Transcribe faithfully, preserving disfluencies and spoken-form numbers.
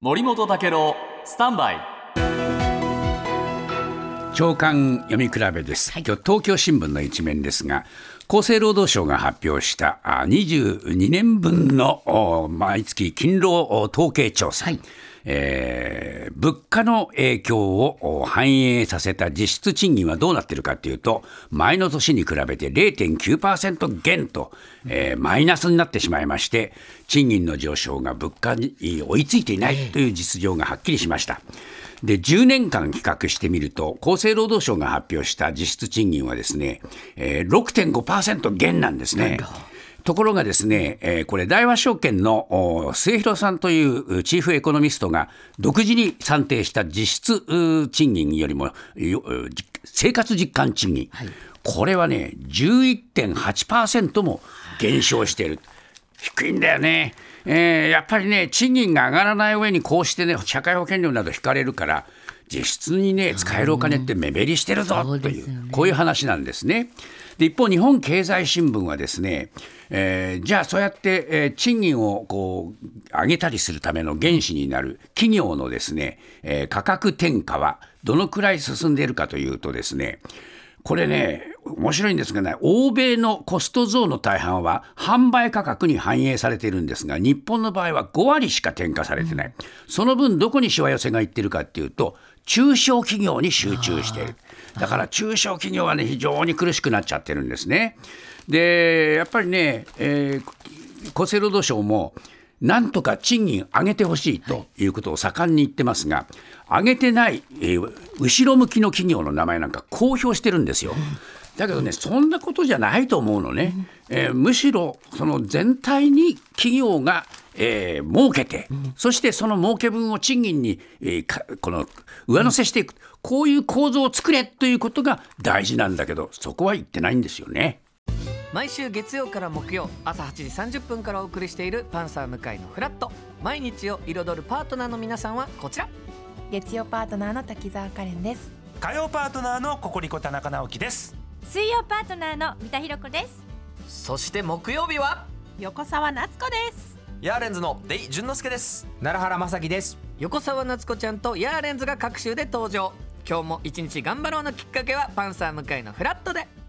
森本武郎スタンバイ朝刊読み比べです、はい、今日東京新聞の一面ですが、厚生労働省が発表したにじゅうにねんぶんの毎月勤労統計調査、はい、えー、物価の影響を反映させた実質賃金はどうなっているかというと、前の年に比べて れいてんきゅうパーセント 減と、えー、マイナスになってしまいまして、賃金の上昇が物価に追いついていないという実情がはっきりしました。でじゅうねんかん比較してみると、厚生労働省が発表した実質賃金はですね、えー、ろくてんごパーセント 減なんですね。ところがですね、えー、これ大和証券の末広さんというチーフエコノミストが独自に算定した実質賃金よりも生活実感賃金、はい、これはね じゅういってんはちパーセント も減少している。低いんだよね。えー、やっぱりね、賃金が上がらない上にこうしてね、社会保険料など引かれるから、実質にね使えるお金って目減りしてるぞという、こういう話なんですね。で一方、日本経済新聞はですね、えー、じゃあそうやって、えー、賃金をこう上げたりするための原資になる企業のですね、えー、価格転嫁はどのくらい進んでいるかというとですね、これね面白いんですがね、欧米のコスト増の大半は販売価格に反映されているんですが、日本の場合はごわりしか転嫁されてない。その分どこにしわ寄せがいってるかっていうと、中小企業に集中している。だから中小企業はね非常に苦しくなっちゃってるんですね。でやっぱりね、えー、厚生労働省もなんとか賃金上げてほしいということを盛んに言ってますが、上げてない、えー、後ろ向きの企業の名前なんか公表してるんですよ。だけどね、そんなことじゃないと思うのね。えー、むしろその全体に企業が、えー、儲けて、そしてその儲け分を賃金に、えー、かこの上乗せしていく、こういう構造を作れということが大事なんだけど、そこは言ってないんですよね。 毎週月曜から木曜朝はちじさんじゅっぷんからお送りしているパンサー向井のフラット。毎日を彩るパートナーの皆さんはこちら。 月曜パートナーの滝沢カレンです。 火曜パートナーのココリコ田中直樹です。 水曜パートナーの三田寛子です。 そして木曜日は横澤夏子です。 ヤーレンズのデイ淳之介です。 奈良原正樹です。 横澤夏子ちゃんとヤーレンズが各週で登場。今日も一日頑張ろうのきっかけはパンサー向井のフラットで。